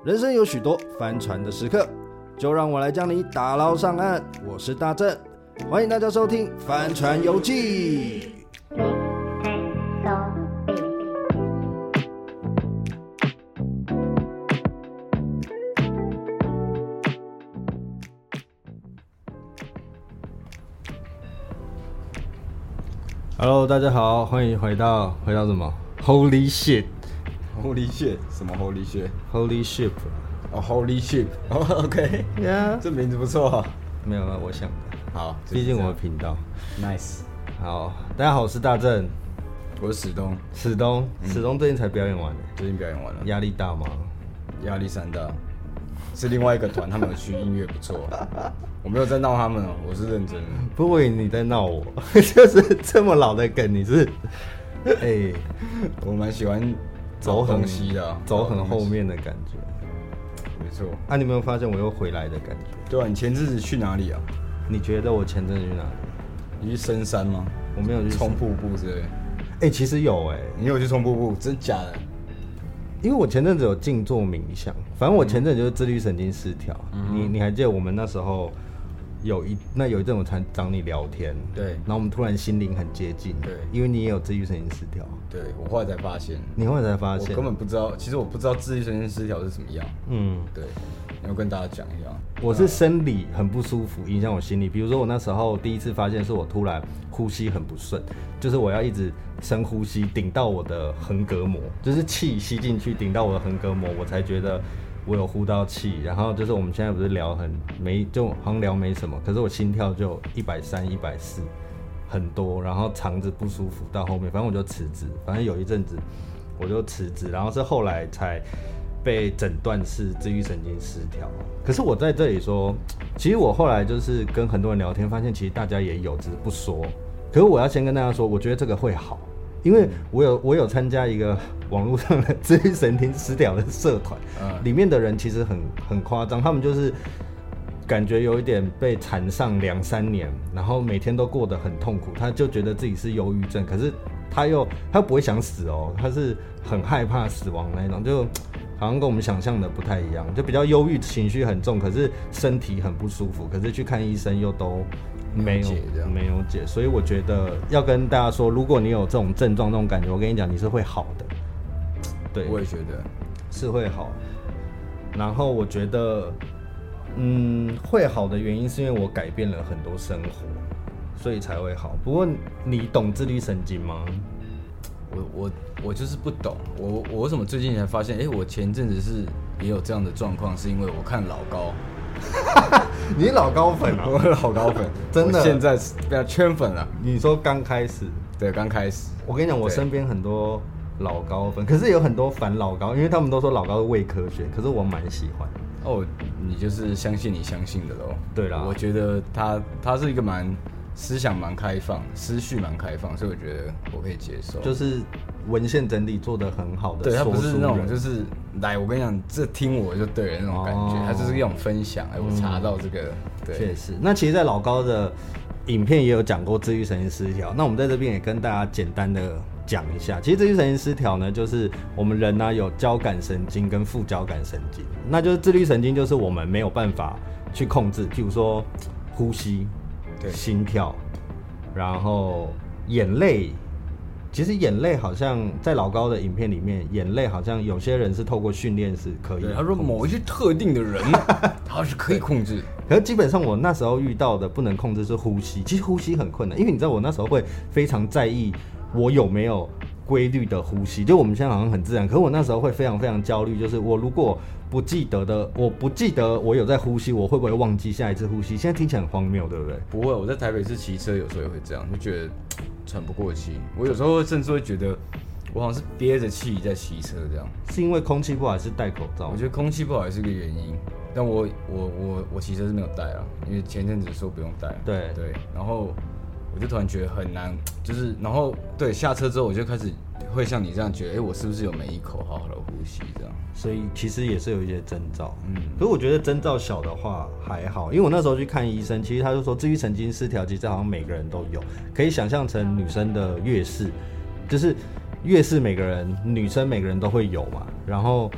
人生有许多帆船的时刻，就让我来将你打捞上岸。我是大正，欢迎大家收听《帆船游记》。Hello， 大家好，欢迎回到什么 ？Holy shit！Holy shit， 什么 Holy shit？Holy ship。 哦 ，Holy ship。哦 ，OK。这名字不错。 没有啊，我想的。 好， 毕竟我的频道。 Nice。 好，大家好，我是大正。 我是史东。 史东最近才表演完。 最近表演完了。 压力大吗？ 压力山大。是另外一个团，他们有去，音乐不错。我没有在闹他们，我是认真的。 不会你在闹我，就是这么老的梗，你是？ 我蛮喜欢走很西的， 走很后面的感觉。 没错。 啊，你有没有发现我又回来的感觉？ 对啊，你前阵子去哪里啊？ 你觉得我前阵子去哪里？ 你去深山吗？我没有去冲瀑布之类。 其实有你有去冲瀑布？真假的？ 因为我前阵子有静坐冥想，反正我前阵子就是自律神经失调。你还记得我们那时候有一阵我才找你聊天， 对， 然后我们突然心灵很接近， 对， 因为你也有自律神经失调。 对，我后来才发现。 你后来才发现？ 我根本不知道，其实我不知道自律神经失调是什么样。对，你要跟大家讲一下。 我是生理很不舒服，影响我心理。比如说我那时候第一次发现是我突然呼吸很不顺，就是我要一直深呼吸，顶到我的横膈膜，就是气吸进去顶到我的横膈膜，我才觉得我有呼到气。然后就是我们现在不是聊就好像聊没什么，可是我心跳就130、140，很多，然后肠子不舒服到后面，反正我就辞职。反正有一阵子我就辞职，然后是后来才被诊断是自律神经失调。可是我在这里说，其实我后来就是跟很多人聊天，发现其实大家也有，只是不说。可是我要先跟大家说，我觉得这个会好，因为我有参加一个网络上的自律神经失调的社团，里面的人其实很夸张，他们就是感觉有一点被缠上2-3年，然后每天都过得很痛苦，他就觉得自己是忧郁症，可是他又不会想死哦，他是很害怕死亡那种，就好像跟我们想象的不太一样，就比较忧郁，情绪很重，可是身体很不舒服，可是去看医生又都没有解，所以我觉得要跟大家说，如果你有这种症状、这种感觉，我跟你讲，你是会好的。对， 我也觉得是会好。然后我觉得，会好的原因是因为我改变了很多生活，所以才会好。不过你懂自律神经吗？ 我就是不懂，我为什么最近才发现，我前阵子是也有这样的状况，是因为我看老高。 你老高粉啊？ 我老高粉， 真的， 我现在不要圈粉了。 你说刚开始？ 对，刚开始。 我跟你讲，我身边很多老高粉，可是有很多反老高，因为他们都说老高是伪科学，可是我蛮喜欢。 你就是相信你相信的咯。 对啦， 我觉得他是一个思想蛮开放，思绪蛮开放，所以我觉得我可以接受。 就是文献整理做得很好的， 对，他不是那种就是来我跟你讲，这听我就对了那种感觉，他就是一种分享。我查到这个，对， 确实。那其实，在老高的影片也有讲过自律神经失调，那我们在这边也跟大家简单的讲一下。其实自律神经失调呢，就是我们人呢有交感神经跟副交感神经，那就是自律神经就是我们没有办法去控制，譬如说呼吸。对，心跳，然后眼泪，其实眼泪好像在老高的影片里面，眼泪好像有些人是透过训练是可以。 他说某一些特定的人，他是可以控制。 可是基本上我那时候遇到的不能控制是呼吸，其实呼吸很困难，因为你知道我那时候会非常在意我有没有规律的呼吸，就我们现在好像很自然，可是我那时候会非常非常焦虑，就是我如果我不记得我有在呼吸，我会不会忘记下一次呼吸？现在听起来很荒谬，对不对？ 不会，我在台北市骑车有时候也会这样，就觉得喘不过气。我有时候甚至会觉得我好像是憋着气在骑车这样。 是因为空气不好还是戴口罩？ 我觉得空气不好也是个原因，但我骑车是没有戴啊，因为前阵子说不用戴。 对， 然后我就突然觉得很难，就是然后对下车之后我就开始会像你这样觉得，我是不是有每一口好好的呼吸这样？ 所以其实也是有一些征兆，可是我觉得征兆小的话还好，因为我那时候去看医生，其实他就说自律神经失调其实好像每个人都有，可以想象成女生的月事，就是月事女生每个人都会有嘛，然后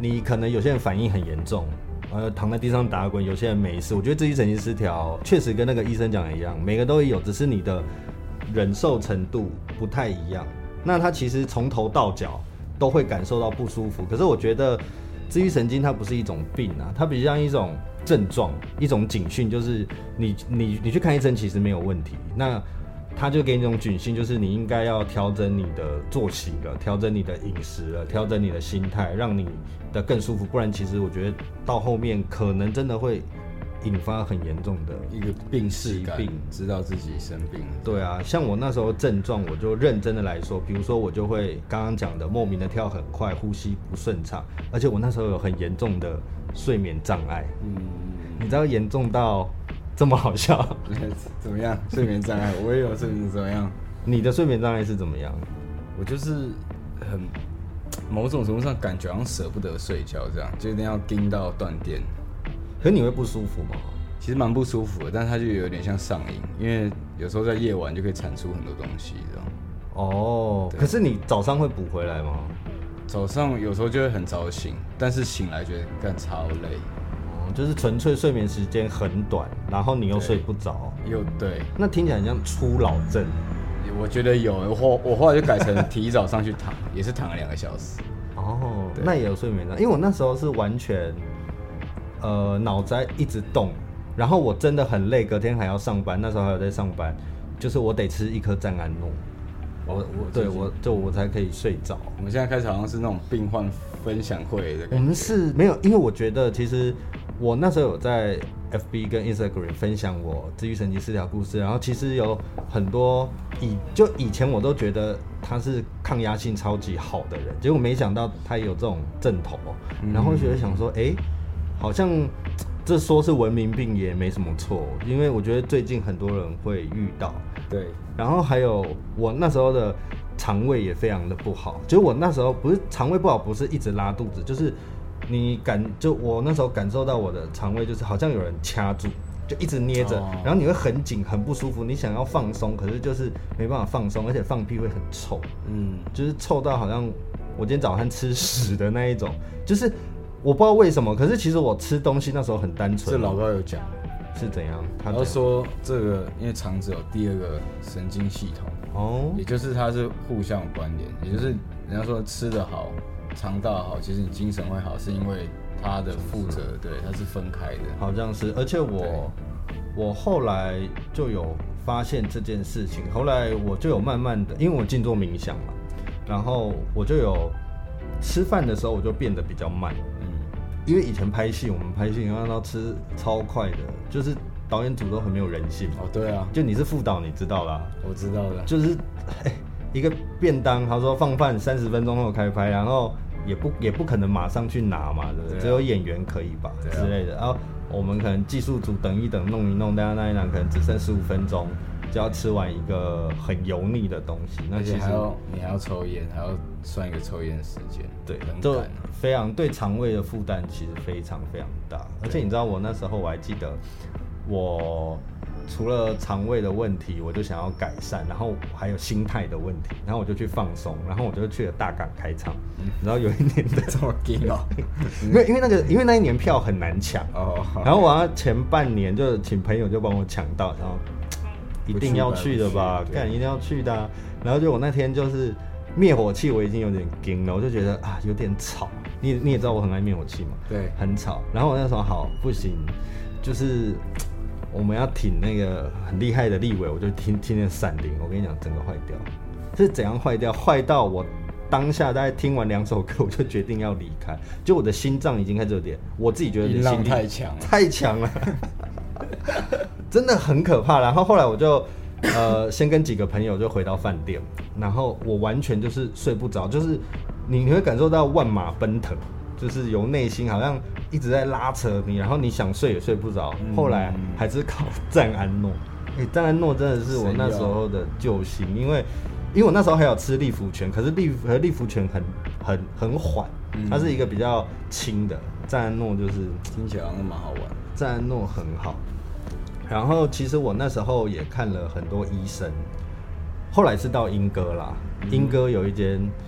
你可能有些人反应很严重，躺在地上打滚，有些人没事。我觉得自律神经失调确实跟那个医生讲的一样，每个都有，只是你的忍受程度不太一样。那他其实从头到脚都会感受到不舒服，可是我觉得自律神经它不是一种病啊，它比较像一种症状，一种警讯，就是你去看医生其实没有问题，那他就给你一种警讯，就是你应该要调整你的作息了，调整你的饮食了，调整你的心态，让你的更舒服，不然其实我觉得到后面可能真的会引发很严重的一个病逝感，知道自己生病了。 对啊，像我那时候症状，我就认真的来说，比如说我就会刚刚讲的莫名的跳很快，呼吸不顺畅，而且我那时候有很严重的睡眠障碍。你知道严重到这么好笑？ 怎么样？睡眠障碍，我也有睡眠怎么样？ 你的睡眠障碍是怎么样？ 我就是某种程度上感觉好像舍不得睡觉，这样就一定要盯到断电。 可是你会不舒服吗？ 其实蛮不舒服的，但它就有点像上瘾，因为有时候在夜晚就可以产出很多东西，这样。 哦，可是你早上会补回来吗？ 早上有时候就会很早醒，但是醒来觉得干超累。 哦，就是纯粹睡眠时间很短，然后你又睡不着。 对。 那听起来很像初老症。 我觉得有，我后来就改成提早上去躺，也是躺了2个小时。 哦，那也有睡眠障碍，因为我那时候是完全。脑在一直动，然后我真的很累，隔天还要上班，那时候还有在上班，就是我得吃1颗赞安诺，我才可以睡着。 我们现在开始好像是那种病患分享会的感觉。 我们是没有，因为我觉得其实我那时候有在 FB 跟 Instagram 分享我自律神经失调故事，然后其实有很多以前我都觉得他是抗压性超级好的人，结果没想到他也有这种症头，然后就觉得想说，好像这说是文明病也没什么错，因为我觉得最近很多人会遇到。 对， 然后还有我那时候的肠胃也非常的不好，就我那时候不是肠胃不好，不是一直拉肚子，就是我那时候感受到我的肠胃就是好像有人掐住，就一直捏着，然后你会很紧很不舒服，你想要放松，可是就是没办法放松，而且放屁会很臭，就是臭到好像我今天早餐吃屎的那一种，就是我不知道为什么，可是其实我吃东西那时候很单纯。 这老高有讲是怎样？ 他说这个因为肠子有第2个神经系统，也就是它是互相有关联，也就是人家说吃得好，肠道好，其实你精神会好，是因为它的负责，对，它是分开的， 好像是。而且我后来就有发现这件事情，后来我就有慢慢的，因为我静坐冥想嘛，然后我就有吃饭的时候我就变得比较慢。因为以前拍戏，我们拍戏要吃超快的，就是导演组都很没有人性。 对啊， 就你是副导，你知道啦。 我知道的。 就是一个便当，他说放饭30分钟后开拍，然后也不可能马上去拿嘛，对不对？只有演员可以吧之类的。然后我们可能技术组等一等，弄一弄，大家那一可能只剩15分钟。就要吃完一个很油腻的东西，那其实你还要抽烟，还要算一个抽烟的时间， 对，就非常对肠胃的负担其实非常非常大。而且你知道我那时候我还记得，我除了肠胃的问题，我就想要改善，然后还有心态的问题，然后我就去放松，然后我就去了大港开唱，然后有一年的这么硬哦， 没有，因为那一年票很难抢然后我前半年就请朋友就帮我抢到，然后。一定要去的吧，干一定要去的然后就我那天就是灭火器，我已经有点惊了，我就觉得有点吵。你也知道我很爱灭火器嘛， 对， 很吵。然后我那时候好不行，就是我们要挺那个很厉害的立委，我就听那闪灵，我跟你讲，整个坏掉。是怎样坏掉？坏到我当下大概听完2首歌，我就决定要离开。就我的心脏已经开始有点，我自己觉得音浪太强了， 太强了。真的很可怕，然后后来我就先跟几个朋友就回到饭店，然后我完全就是睡不着，就是你会感受到万马奔腾，就是由内心好像一直在拉扯你，然后你想睡也睡不着。后来还是靠赞安诺，赞安诺真的是我那时候的救星，因为我那时候还有吃利福全，可是利福全很缓，它是一个比较轻的，赞安诺就是听起来好像蛮好玩， 赞安诺很好。然后其实我那时候也看了很多医生，后来是到英哥啦，英哥有一间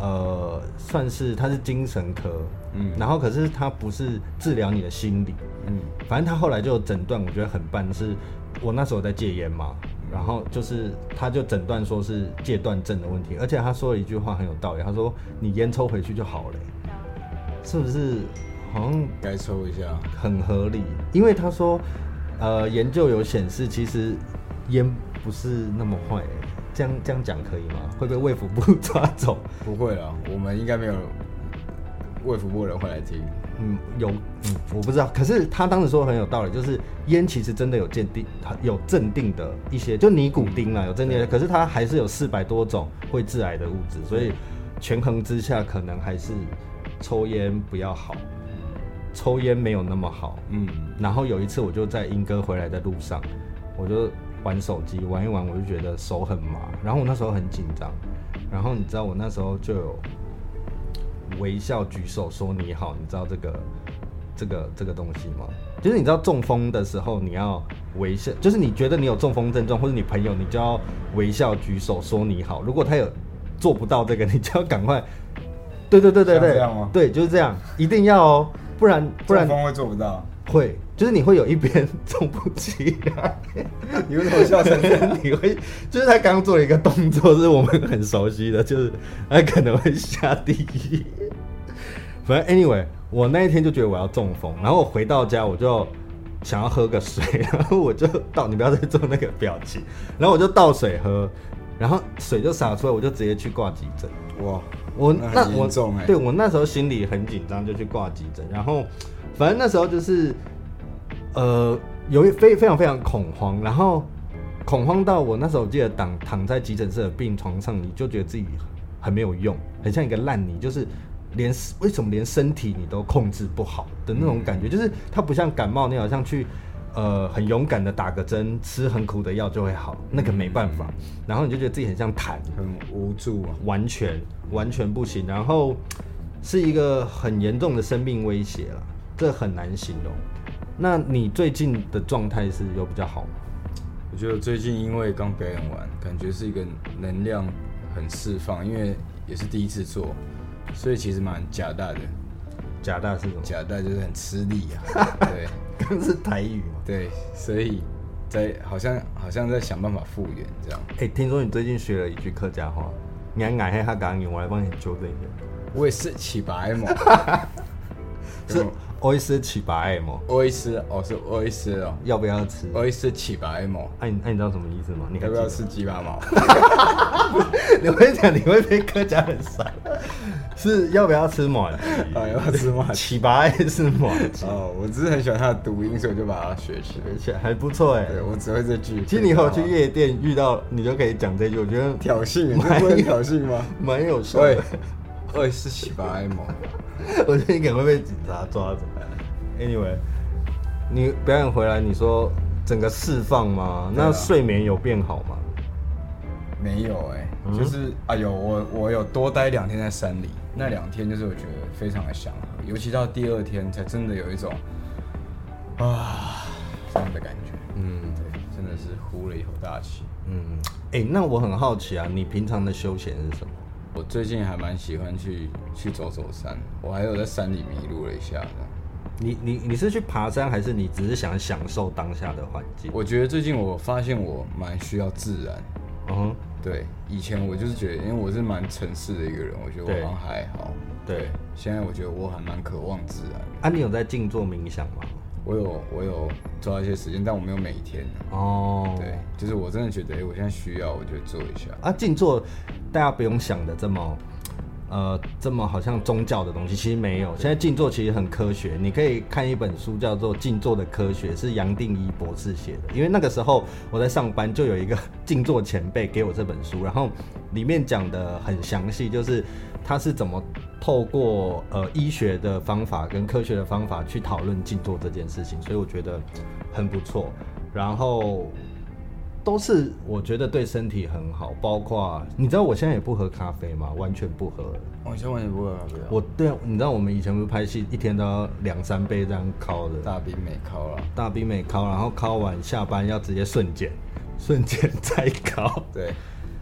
算是它是精神科，然后可是它不是治疗你的心理，反正他后来就诊断，我觉得很棒，是我那时候在戒烟嘛，然后就是他就诊断说是戒断症的问题，而且他说了一句话很有道理，他说你烟抽回去就好了，是不是？好像该抽一下， 很合理，因为他说，研究有显示，其实烟不是那么坏，这样讲可以吗？会被卫福部抓走？ 不会啦，我们应该没有卫福部人会来听。 我不知道，可是他当时说很有道理，就是烟其实真的有镇定的一些，就尼古丁啦，有镇定的，可是它还是有400多种会致癌的物质，所以权衡之下，可能还是抽烟不要好。抽烟没有那么好，然后有一次我就在英哥回来的路上，我就玩手机玩一玩，我就觉得手很麻，然后我那时候很紧张，然后你知道我那时候就有微笑举手说你好，你知道这个东西吗？就是你知道中风的时候你要微笑，就是你觉得你有中风症状或者你朋友，你就要微笑举手说你好，如果他有做不到这个，你就要赶快，对， 这样吗？ 对，就是这样，一定要哦。不然中风会做不到， 会就是你会有一边中不起来。 你为什么笑成这样？ 你会就是他刚做了一个动作，是我们很熟悉的，就是他可能会下地狱。反正 anyway， 我那一天就觉得我要中风，然后我回到家我就想要喝个水，然后我就倒，你不要再做那个表情，然后我就倒水喝，然后水就洒出来，我就直接去挂急诊。 哇！对我那时候心里很紧张，就去挂急诊。然后，反正那时候就是，有非常非常恐慌，然后恐慌到我那时候我记得躺在急诊室的病床上，你就觉得自己很没有用，很像一个烂泥，就是为什么连身体你都控制不好的那种感觉，就是它不像感冒，你好像去很勇敢的打个针，吃很苦的药就会好，那个没办法。然后你就觉得自己很像痰， 很无助啊， 完全不行。然后是一个很严重的生命威胁啦，这很难形容。那你最近的状态是有比较好吗？ 我觉得最近因为刚表演完，感觉是一个能量很释放，因为也是第一次做，所以其实蛮假大的。 假大是什么？ 假大就是很吃力啊。对， 刚是台语嘛。 对，所以好像在想办法复原这样。 听说你最近学了一句客家话，你还矮黑他港语，我来帮你纠正一下。 我也是起白嘛。 是欧伊斯起白吗？ 欧伊斯哦，是欧伊斯哦。 要不要吃？ 欧伊斯起白吗？ 你知道什么意思吗？你要不要吃鸡巴毛？ 你会讲，你会被客家人杀。是要不要吃麻鸡？ 要不要吃麻鸡？ 起白是麻鸡。 我只是很喜欢它的读音，所以我就把它学起来， 还不错哎。 对，我只会这句。 其实你以后去夜店遇到，你就可以讲这句，我觉得挑衅，这不会挑衅吗？ 蛮有趣的。 我也是起白毛。 我觉得你可能会被警察抓走。Anyway， 你表演回来，你说整个释放吗？那睡眠有变好吗？ 没有就是我有多待2天在山里，那2天就是我觉得非常的祥和，尤其到第2天才真的有一种这样的感觉。对，真的是呼了一口大气。 那我很好奇啊，你平常的休闲是什么？ 我最近还蛮喜欢去走山，我还有在山里迷路了一下。 你是去爬山，还是你只是想享受当下的环境？ 我觉得最近我发现我蛮需要自然。对，以前我就是觉得，因为我是蛮城市的一个人，我觉得我好像还好。对，现在我觉得我还蛮渴望自然。 你有在静坐冥想吗？ 我有抓一些时间，但我没有每天。对，就是我真的觉得，我现在需要，我就做一下。 静坐大家不用想的这么好像宗教的东西，其实没有。现在静坐其实很科学，你可以看一本书叫做《静坐的科学》，是杨定一博士写的。因为那个时候我在上班，就有一个静坐前辈给我这本书，然后里面讲的很详细，就是他是怎么透过医学的方法跟科学的方法去讨论静坐这件事情，所以我觉得很不错。然后都是我觉得对身体很好，包括你知道我现在也不喝咖啡吗？完全不喝了。 我现在完全不喝咖啡。 你知道我们以前不是拍戏，一天都要2-3杯这样烤的。 大冰美烤啦。 大冰美烤，然后烤完下班要直接瞬间再烤。 对，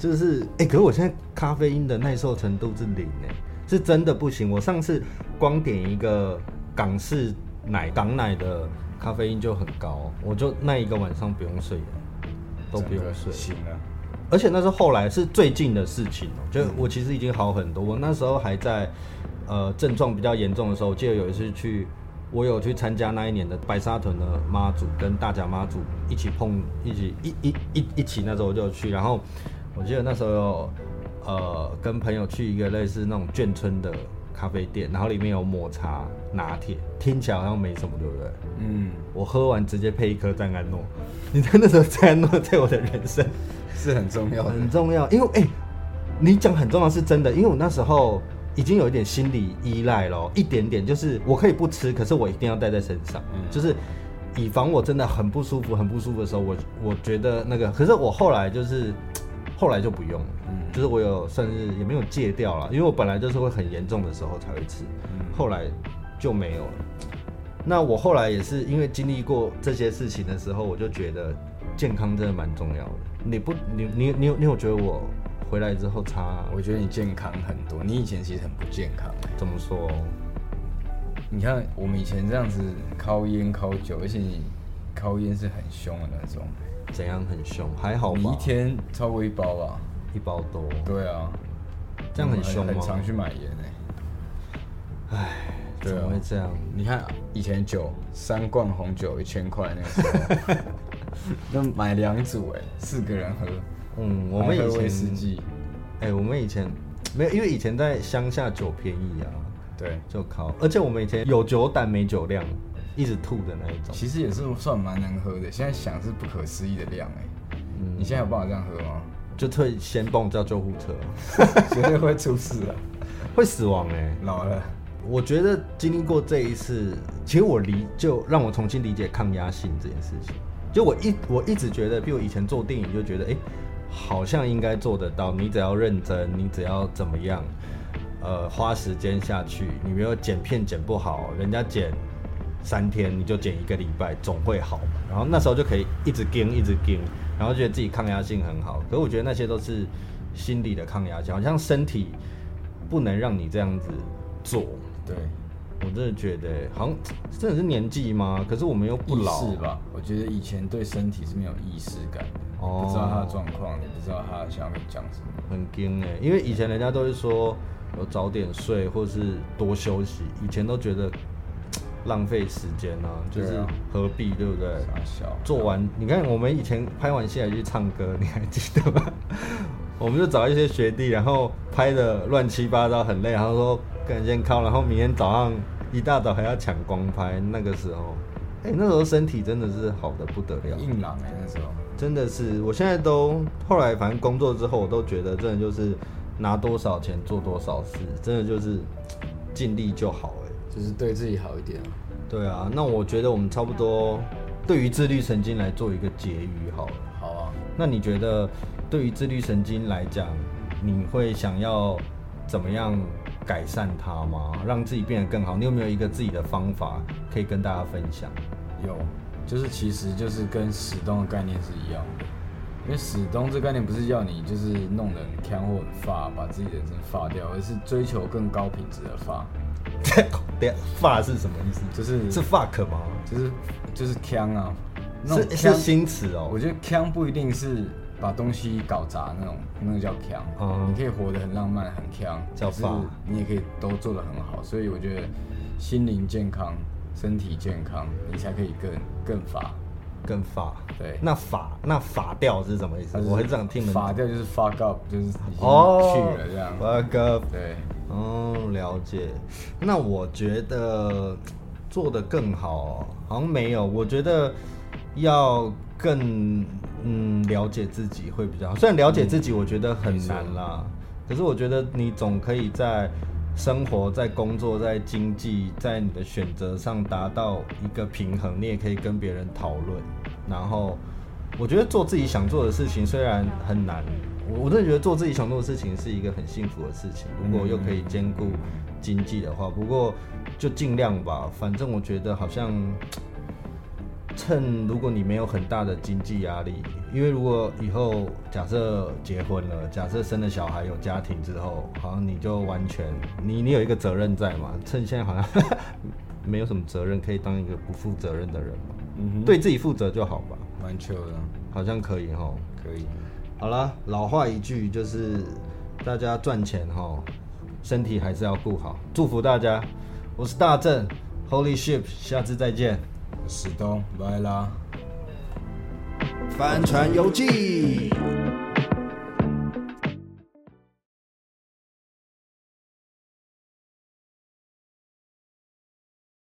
就是可是我现在咖啡因的耐受程度是0是真的不行。我上次光点一个港式港奶的咖啡因就很高，我就那一个晚上不用睡，都不用睡， 醒了。 而且那是后来是最近的事情就我其实已经好很多。我那时候还在症状比较严重的时候，我记得有一次我有去参加那一年的白沙屯的妈祖跟大甲妈祖一起那时候我就去，然后我记得那时候有跟朋友去一个类似那种眷村的咖啡店，然后里面有抹茶拿铁，听起来好像没什么，对不对？我喝完直接配一颗赞安诺。你知道那时候赞安诺在我的人生是很重要的， 很重要，因为你讲很重要是真的，因为我那时候已经有一点心理依赖了，一点点，就是我可以不吃，可是我一定要带在身上，就是以防我真的很不舒服的时候，我觉得那个，可是我后来就不用了，就是我有算是也没有戒掉了，因为我本来就是会很严重的时候才会吃，后来就没有了。那我后来也是因为经历过这些事情的时候，我就觉得健康真的蛮重要的。你有觉得我回来之后差？ 我觉得你健康很多，你以前其实很不健康。 怎么说？ 你看我们以前这样子靠烟靠酒，而且你靠烟是很凶的那种。 怎样很凶？还好吧。 你一天超过1包吧 ？1包多。 对啊， 这样很凶吗？ 很常去买烟唉，怎么会这样？ 你看以前3罐红酒1000块那个时候，那买2组4个人喝。 我们以前威士忌。 我们以前没有，因为以前在乡下酒便宜啊。 对， 就靠。而且我们以前有酒胆没酒量，一直吐的那一种。 其实也是算蛮能喝的，现在想是不可思议的量你现在有办法这样喝吗？ 就会先帮我叫救护车， 绝对会出事啊， 会死亡老了。 我觉得经历过这一次，其实就让我重新理解抗压性这件事情。就我一直觉得，比如以前做电影就觉得，好像应该做得到，你只要认真，你只要怎么样，花时间下去，你没有剪片剪不好，人家剪3天，你就剪1个礼拜，总会好。然后那时候就可以一直跟，然后觉得自己抗压性很好。可是我觉得那些都是心理的抗压性，好像身体不能让你这样子做。 对， 我真的觉得好像真的是年纪吗？可是我们又不老， 是吧？我觉得以前对身体是没有意识感的，不知道他的状况，也不知道他想要跟你讲什么， 很惊因为以前人家都是说有早点睡或是多休息，以前都觉得浪费时间啊，就是何必，对不对？做完你看我们以前拍完戏还去唱歌，你还记得吗？我们就找一些学弟，然后拍的乱七八糟，很累，然后说赶先靠，然后明天早上一大早还要抢光拍。那个时候，那时候身体真的是好的不得了， 硬朗那时候真的是。我现在后来反正工作之后，我都觉得真的就是拿多少钱做多少事，真的就是尽力就好就是对自己好一点。 对啊，那我觉得我们差不多对于自律神经来做一个结语好了。 好啊。 那你觉得对于自律神经来讲，你会想要怎么样改善它吗？让自己变得更好？你有没有一个自己的方法可以跟大家分享？ 有，就是其实就是跟史东的概念是一样的。因为史东这概念不是要你就是弄得很强或很发，把自己的人生发掉，而是追求更高品质的发。 发是什么意思？是 fuck 吗？ 就是强啊， 是新词哦。 我觉得强不一定是把东西搞砸那个叫强。你可以活得很浪漫很强， 叫发。 你也可以都做得很好，所以我觉得心灵健康、身体健康，你才可以更发。 更法对， 那法掉是什么意思？我很想听人法掉就是 fuck up， 就是已经去了这样。 fuck up， 对， 了解。那我觉得做得更好，好像没有。我觉得要更了解自己会比较好。虽然了解自己，我觉得很难啦，可是我觉得你总可以在生活、在工作、在经济、在你的选择上达到一个平衡，你也可以跟别人讨论。然后，我觉得做自己想做的事情虽然很难，我真的觉得做自己想做的事情是一个很幸福的事情。如果又可以兼顾经济的话，不过就尽量吧。反正我觉得好像趁如果你没有很大的经济压力，因为如果以后假设结婚了，假设生了小孩有家庭之后，好像你就完全你有一个责任在嘛，趁现在好像没有什么责任，可以当一个不负责任的人嘛，对自己负责就好吧， 蛮糗的， 好像可以齁， 可以。 好啦，老话一句就是大家赚钱齁，身体还是要顾好，祝福大家，我是大正 Holy Ship， 下次再见。 史东，拜啦！ 帆船游记。